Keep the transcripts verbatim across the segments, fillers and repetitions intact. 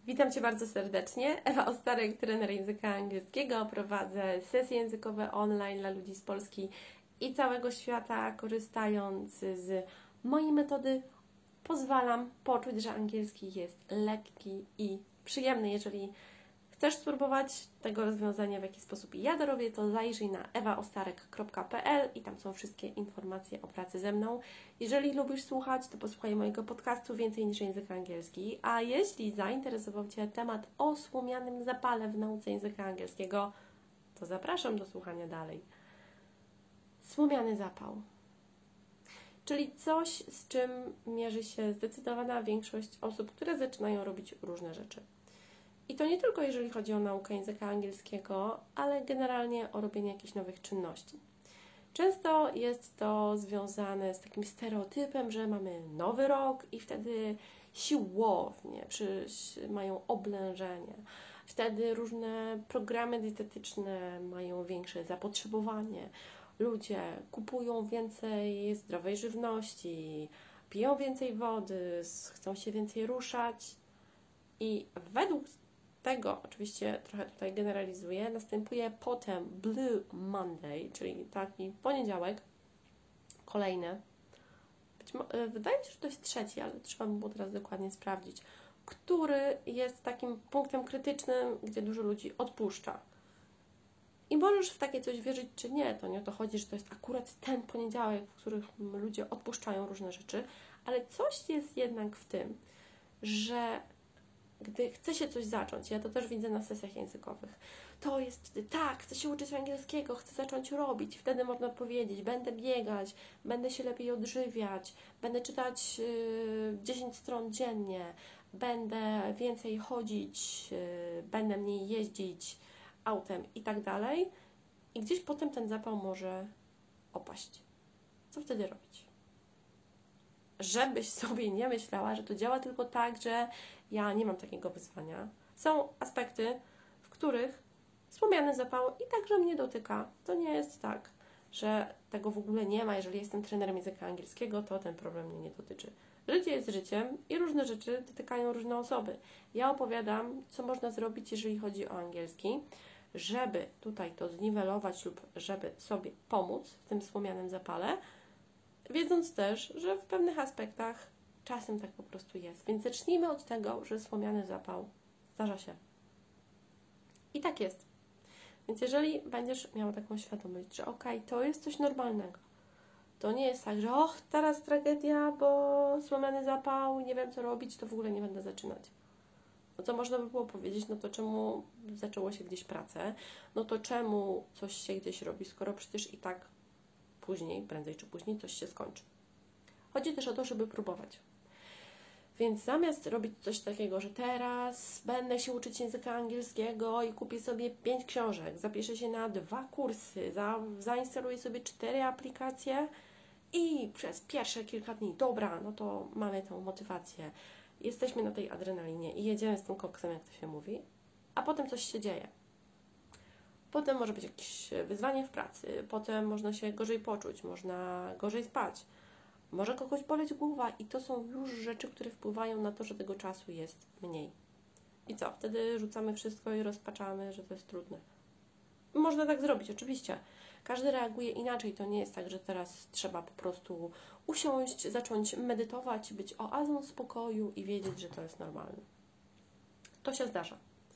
Witam Cię bardzo serdecznie. Ewa Ostarek, trener języka angielskiego. Prowadzę sesje językowe online dla ludzi z Polski i całego świata. Korzystając z mojej metody, pozwalam poczuć, że angielski jest lekki i przyjemny. Jeżeli chcesz spróbować tego rozwiązania, w jaki sposób ja to robię, to zajrzyj na ewa ostarek kropka p l i tam są wszystkie informacje o pracy ze mną. Jeżeli lubisz słuchać, to posłuchaj mojego podcastu Więcej niż język angielski. A jeśli zainteresował Cię temat o słomianym zapale w nauce języka angielskiego, to zapraszam do słuchania dalej. Słomiany zapał. Czyli coś, z czym mierzy się zdecydowana większość osób, które zaczynają robić różne rzeczy. I to nie tylko jeżeli chodzi o naukę języka angielskiego, ale generalnie o robienie jakichś nowych czynności. Często jest to związane z takim stereotypem, że mamy nowy rok i wtedy siłownie mają oblężenie. Wtedy różne programy dietetyczne mają większe zapotrzebowanie. Ludzie kupują więcej zdrowej żywności, piją więcej wody, chcą się więcej ruszać i według tego, oczywiście trochę tutaj generalizuję, następuje potem Blue Monday, czyli taki poniedziałek, kolejny. Być mo- wydaje mi się, że to jest trzeci, ale trzeba by było teraz dokładnie sprawdzić, który jest takim punktem krytycznym, gdzie dużo ludzi odpuszcza. I możesz w takie coś wierzyć, czy nie, to nie o to chodzi, że to jest akurat ten poniedziałek, w którym ludzie odpuszczają różne rzeczy, ale coś jest jednak w tym, że gdy chce się coś zacząć, ja to też widzę na sesjach językowych, to jest wtedy, tak, chcę się uczyć angielskiego, chcę zacząć robić, wtedy można powiedzieć, będę biegać, będę się lepiej odżywiać, będę czytać yy, dziesięć stron dziennie, będę więcej chodzić, yy, będę mniej jeździć autem i tak dalej. I gdzieś potem ten zapał może opaść. Co wtedy robić? Żebyś sobie nie myślała, że to działa tylko tak, że ja nie mam takiego wyzwania. Są aspekty, w których słomiany zapał i także mnie dotyka. To nie jest tak, że tego w ogóle nie ma. Jeżeli jestem trenerem języka angielskiego, to ten problem mnie nie dotyczy. Życie jest życiem i różne rzeczy dotykają różne osoby. Ja opowiadam, co można zrobić, jeżeli chodzi o angielski, żeby tutaj to zniwelować lub żeby sobie pomóc w tym słomianym zapale, wiedząc też, że w pewnych aspektach czasem tak po prostu jest. Więc zacznijmy od tego, że słomiany zapał zdarza się. I tak jest. Więc jeżeli będziesz miała taką świadomość, że okej, okay, to jest coś normalnego, to nie jest tak, że och, teraz tragedia, bo słomiany zapał, nie wiem co robić, to w ogóle nie będę zaczynać. No to można by było powiedzieć, no to czemu zaczęło się gdzieś pracę, no to czemu coś się gdzieś robi, skoro przecież i tak później, prędzej czy później coś się skończy. Chodzi też o to, żeby próbować. Więc zamiast robić coś takiego, że teraz będę się uczyć języka angielskiego i kupię sobie pięć książek, zapiszę się na dwa kursy, za, zainstaluję sobie cztery aplikacje i przez pierwsze kilka dni, dobra, no to mamy tą motywację, jesteśmy na tej adrenalinie i jedziemy z tym koksem, jak to się mówi, a potem coś się dzieje. Potem może być jakieś wyzwanie w pracy, potem można się gorzej poczuć, można gorzej spać, może kogoś boleć głowa i to są już rzeczy, które wpływają na to, że tego czasu jest mniej. I co? Wtedy rzucamy wszystko i rozpaczamy, że to jest trudne. Można tak zrobić, oczywiście. Każdy reaguje inaczej. To nie jest tak, że teraz trzeba po prostu usiąść, zacząć medytować, być oazą spokoju i wiedzieć, że to jest normalne. To się zdarza.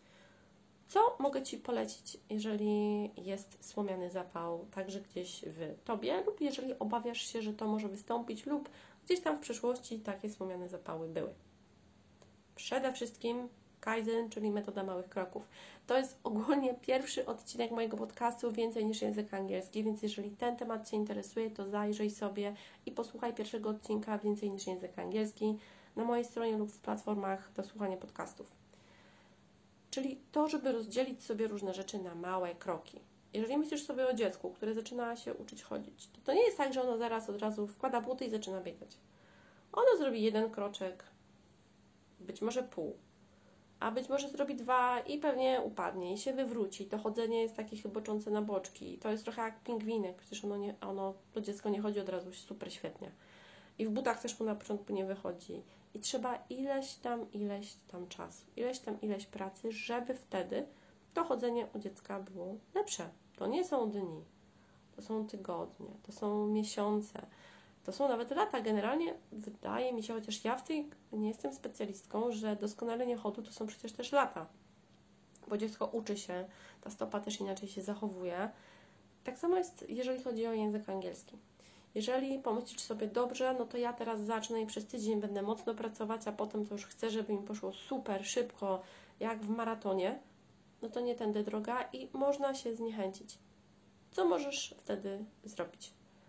Co mogę Ci polecić, jeżeli jest słomiany zapał także gdzieś w Tobie lub jeżeli obawiasz się, że to może wystąpić lub gdzieś tam w przeszłości takie słomiane zapały były? Przede wszystkim Kaizen, czyli metoda małych kroków. To jest ogólnie pierwszy odcinek mojego podcastu Więcej niż język angielski, więc jeżeli ten temat Cię interesuje, to zajrzyj sobie i posłuchaj pierwszego odcinka Więcej niż język angielski na mojej stronie lub w platformach do słuchania podcastów. Czyli to, żeby rozdzielić sobie różne rzeczy na małe kroki. Jeżeli myślisz sobie o dziecku, które zaczyna się uczyć chodzić, to to nie jest tak, że ono zaraz od razu wkłada buty i zaczyna biegać. Ono zrobi jeden kroczek, być może pół, a być może zrobi dwa i pewnie upadnie i się wywróci. To chodzenie jest takie chyboczące na boczki. To jest trochę jak pingwinek, przecież ono, nie, ono to dziecko nie chodzi od razu super świetnie. I w butach też mu na początku nie wychodzi. I trzeba ileś tam, ileś tam czasu, ileś tam, ileś pracy, żeby wtedy to chodzenie u dziecka było lepsze. To nie są dni, to są tygodnie, to są miesiące, to są nawet lata. Generalnie wydaje mi się, chociaż ja w tej nie jestem specjalistką, że doskonalenie chodu to są przecież też lata. Bo dziecko uczy się, ta stopa też inaczej się zachowuje. Tak samo jest, jeżeli chodzi o język angielski. Jeżeli pomyślisz sobie, dobrze, no to ja teraz zacznę i przez tydzień będę mocno pracować, a potem to już chcę, żeby mi poszło super, szybko, jak w maratonie, no to nie tędy droga i można się zniechęcić. Co możesz wtedy zrobić?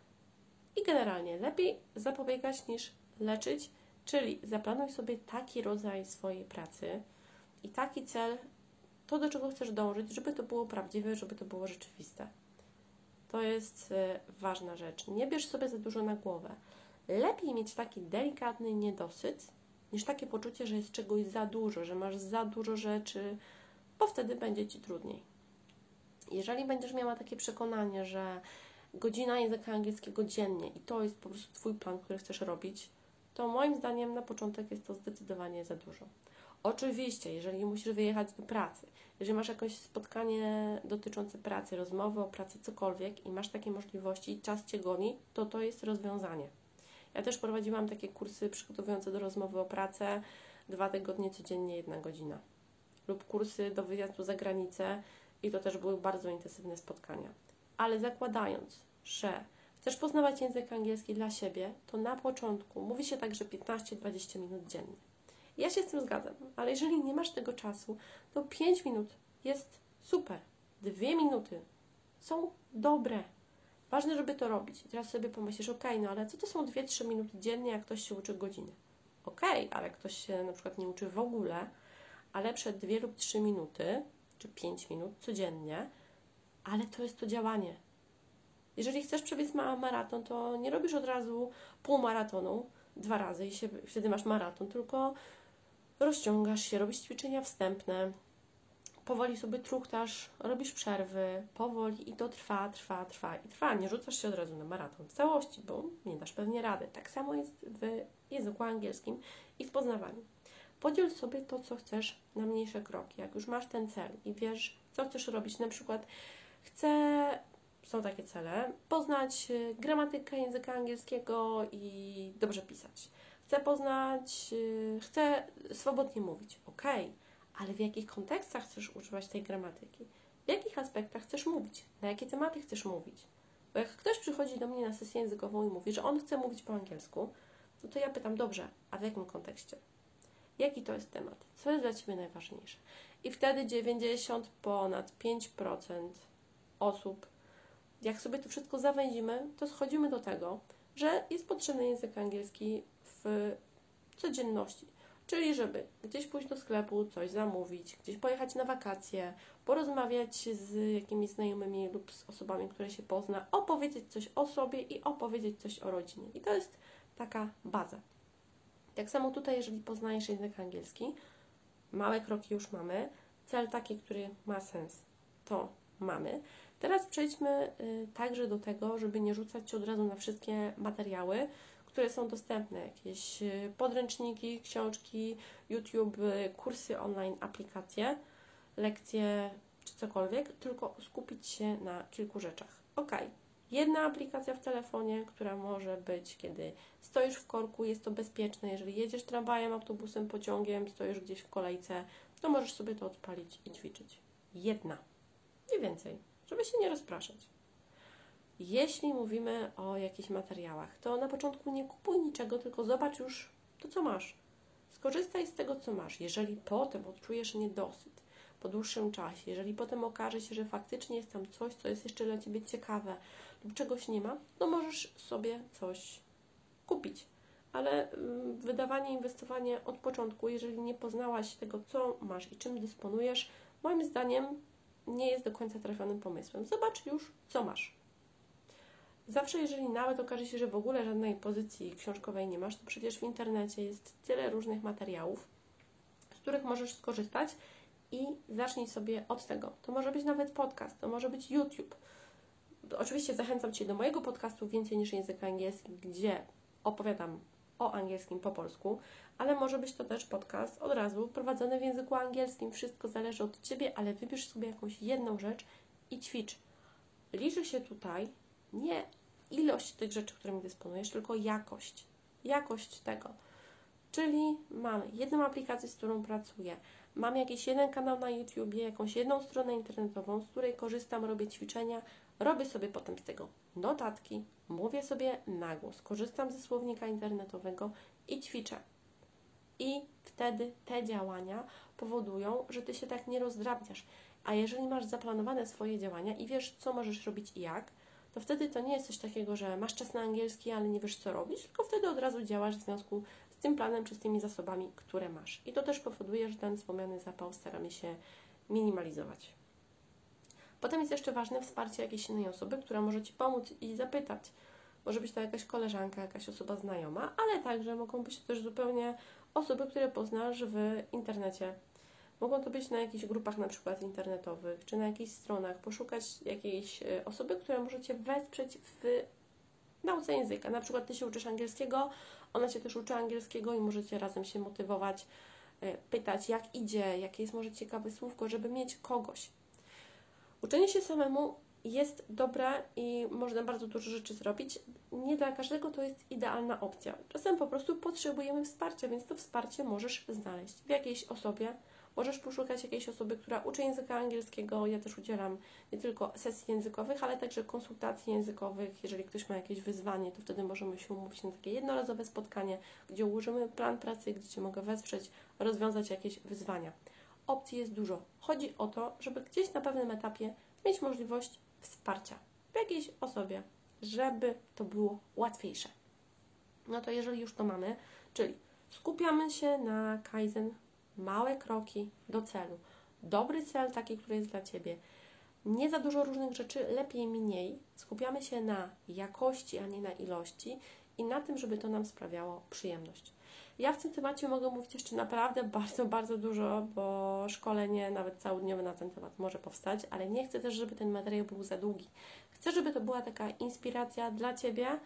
I generalnie lepiej zapobiegać niż leczyć, czyli zaplanuj sobie taki rodzaj swojej pracy i taki cel, to do czego chcesz dążyć, żeby to było prawdziwe, żeby to było rzeczywiste. To jest ważna rzecz. Nie bierz sobie za dużo na głowę. Lepiej mieć taki delikatny niedosyt, niż takie poczucie, że jest czegoś za dużo, że masz za dużo rzeczy, bo wtedy będzie Ci trudniej. Jeżeli będziesz miała takie przekonanie, że godzina języka angielskiego dziennie i to jest po prostu Twój plan, który chcesz robić, to moim zdaniem na początek jest to zdecydowanie za dużo. Oczywiście, jeżeli musisz wyjechać do pracy, jeżeli masz jakieś spotkanie dotyczące pracy, rozmowy o pracy, cokolwiek i masz takie możliwości i czas Cię goni, to to jest rozwiązanie. Ja też prowadziłam takie kursy przygotowujące do rozmowy o pracę, dwa tygodnie codziennie, jedna godzina. Lub kursy do wyjazdu za granicę i to też były bardzo intensywne spotkania. Ale zakładając, że chcesz poznawać język angielski dla siebie, to na początku mówi się tak, że piętnaście do dwudziestu minut dziennie. Ja się z tym zgadzam, ale jeżeli nie masz tego czasu, to pięć minut jest super. dwie minuty są dobre. Ważne, żeby to robić. I teraz sobie pomyślisz, ok, no ale co to są dwie trzy minuty dziennie, jak ktoś się uczy godziny? Ok, ale ktoś się na przykład nie uczy w ogóle, ale przed dwie lub trzy minuty, czy pięć minut codziennie, ale to jest to działanie. Jeżeli chcesz przebiec maraton, to nie robisz od razu półmaratonu dwa razy i się, wtedy masz maraton, tylko rozciągasz się, robisz ćwiczenia wstępne, powoli sobie truchtasz, robisz przerwy, powoli i to trwa, trwa, trwa i trwa. Nie rzucasz się od razu na maraton w całości, bo nie dasz pewnie rady. Tak samo jest w języku angielskim i w poznawaniu. Podziel sobie to, co chcesz na mniejsze kroki. Jak już masz ten cel i wiesz, co chcesz robić, na przykład chcę, są takie cele, poznać gramatykę języka angielskiego i dobrze pisać. Chcę poznać, chcę swobodnie mówić. Okej, ale w jakich kontekstach chcesz używać tej gramatyki? W jakich aspektach chcesz mówić? Na jakie tematy chcesz mówić? Bo jak ktoś przychodzi do mnie na sesję językową i mówi, że on chce mówić po angielsku, no to ja pytam, dobrze, a w jakim kontekście? Jaki to jest temat? Co jest dla Ciebie najważniejsze? I wtedy dziewięćdziesiąt ponad pięć procent osób, jak sobie to wszystko zawęzimy, to schodzimy do tego, że jest potrzebny język angielski w codzienności. Czyli żeby gdzieś pójść do sklepu, coś zamówić, gdzieś pojechać na wakacje, porozmawiać z jakimiś znajomymi lub z osobami, które się pozna, opowiedzieć coś o sobie i opowiedzieć coś o rodzinie. I to jest taka baza. Tak samo tutaj, jeżeli poznajesz język angielski, małe kroki już mamy, cel taki, który ma sens, to mamy. Teraz przejdźmy y, także do tego, żeby nie rzucać się od razu na wszystkie materiały, które są dostępne, jakieś podręczniki, książki, YouTube, kursy online, aplikacje, lekcje czy cokolwiek, tylko skupić się na kilku rzeczach. Ok, jedna aplikacja w telefonie, która może być, kiedy stoisz w korku, jest to bezpieczne, jeżeli jedziesz tramwajem, autobusem, pociągiem, stoisz gdzieś w kolejce, to możesz sobie to odpalić i ćwiczyć. Jedna, nie więcej, żeby się nie rozpraszać. Jeśli mówimy o jakichś materiałach, to na początku nie kupuj niczego, tylko zobacz już to, co masz. Skorzystaj z tego, co masz. Jeżeli potem odczujesz niedosyt po dłuższym czasie, jeżeli potem okaże się, że faktycznie jest tam coś, co jest jeszcze dla Ciebie ciekawe lub czegoś nie ma, to możesz sobie coś kupić. Ale wydawanie, inwestowanie od początku, jeżeli nie poznałaś tego, co masz i czym dysponujesz, moim zdaniem nie jest do końca trafionym pomysłem. Zobacz już, co masz. Zawsze, jeżeli nawet okaże się, że w ogóle żadnej pozycji książkowej nie masz, to przecież w internecie jest tyle różnych materiałów, z których możesz skorzystać i zacznij sobie od tego. To może być nawet podcast, to może być YouTube. Oczywiście zachęcam Cię do mojego podcastu Więcej niż język angielski, gdzie opowiadam o angielskim po polsku, ale może być to też podcast od razu prowadzony w języku angielskim. Wszystko zależy od Ciebie, ale wybierz sobie jakąś jedną rzecz i ćwicz. Liczy się tutaj nie ilość tych rzeczy, którymi dysponujesz, tylko jakość. Jakość tego. Czyli mam jedną aplikację, z którą pracuję, mam jakiś jeden kanał na YouTubie, jakąś jedną stronę internetową, z której korzystam, robię ćwiczenia, robię sobie potem z tego notatki, mówię sobie na głos, korzystam ze słownika internetowego i ćwiczę. I wtedy te działania powodują, że Ty się tak nie rozdrabniasz. A jeżeli masz zaplanowane swoje działania i wiesz, co możesz robić i jak, to wtedy to nie jest coś takiego, że masz czas na angielski, ale nie wiesz, co robić, tylko wtedy od razu działasz w związku z tym planem czy z tymi zasobami, które masz. I to też powoduje, że ten wspomniany zapał staramy się minimalizować. Potem jest jeszcze ważne wsparcie jakiejś innej osoby, która może Ci pomóc i zapytać. Może być to jakaś koleżanka, jakaś osoba znajoma, ale także mogą być to też zupełnie osoby, które poznasz w internecie. Mogą to być na jakichś grupach na przykład internetowych, czy na jakichś stronach, poszukać jakiejś osoby, która może Cię wesprzeć w nauce języka. Na przykład Ty się uczysz angielskiego, ona Cię też uczy angielskiego i możecie razem się motywować, pytać, jak idzie, jakie jest może ciekawe słówko, żeby mieć kogoś. Uczenie się samemu jest dobre i można bardzo dużo rzeczy zrobić. Nie dla każdego to jest idealna opcja. Czasem po prostu potrzebujemy wsparcia, więc to wsparcie możesz znaleźć w jakiejś osobie. Możesz poszukać jakiejś osoby, która uczy języka angielskiego. Ja też udzielam nie tylko sesji językowych, ale także konsultacji językowych. Jeżeli ktoś ma jakieś wyzwanie, to wtedy możemy się umówić na takie jednorazowe spotkanie, gdzie ułożymy plan pracy, gdzie Cię mogę wesprzeć, rozwiązać jakieś wyzwania. Opcji jest dużo. Chodzi o to, żeby gdzieś na pewnym etapie mieć możliwość wsparcia w jakiejś osobie, żeby to było łatwiejsze. No to jeżeli już to mamy, czyli skupiamy się na Kaizen, małe kroki do celu. Dobry cel, taki, który jest dla Ciebie. Nie za dużo różnych rzeczy, lepiej mniej. Skupiamy się na jakości, a nie na ilości i na tym, żeby to nam sprawiało przyjemność. Ja w tym temacie mogę mówić jeszcze naprawdę bardzo, bardzo dużo, bo szkolenie nawet całodniowe na ten temat może powstać, ale nie chcę też, żeby ten materiał był za długi. Chcę, żeby to była taka inspiracja dla Ciebie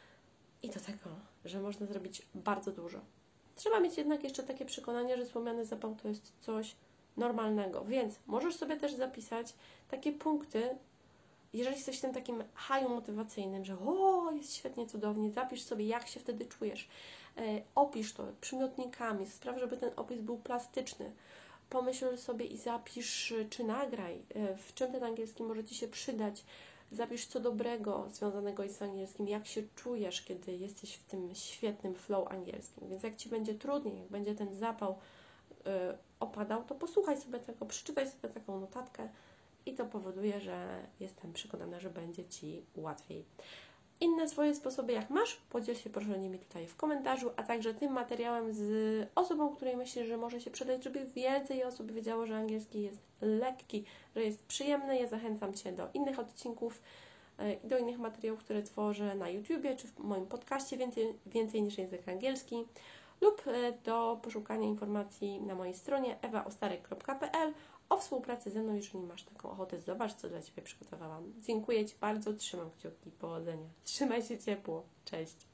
i do tego, że można zrobić bardzo dużo. Trzeba mieć jednak jeszcze takie przekonanie, że wspomniany zapał to jest coś normalnego, więc możesz sobie też zapisać takie punkty, jeżeli jesteś w tym takim haju motywacyjnym, że o, jest świetnie, cudownie, zapisz sobie, jak się wtedy czujesz. E, opisz to przymiotnikami, spraw, żeby ten opis był plastyczny. Pomyśl sobie i zapisz, czy nagraj, e, w czym ten angielski może Ci się przydać. Zapisz co dobrego związanego z angielskim, jak się czujesz, kiedy jesteś w tym świetnym flow angielskim. Więc jak Ci będzie trudniej, jak będzie ten zapał e, opadał, to posłuchaj sobie tego, przeczytaj sobie taką notatkę, i to powoduje, że jestem przekonana, że będzie Ci łatwiej. Inne swoje sposoby, jak masz, podziel się proszę nimi tutaj w komentarzu, a także tym materiałem z osobą, której myślisz, że może się przydać, żeby więcej osób wiedziało, że angielski jest lekki, że jest przyjemny. Ja zachęcam Cię do innych odcinków i do innych materiałów, które tworzę na YouTubie czy w moim podcaście więcej, więcej niż język angielski, lub do poszukania informacji na mojej stronie ewa ostarek kropka p l o współpracy ze mną, jeżeli masz taką ochotę. Zobacz, co dla Ciebie przygotowałam. Dziękuję Ci bardzo, trzymam kciuki, powodzenia. Trzymaj się ciepło. Cześć.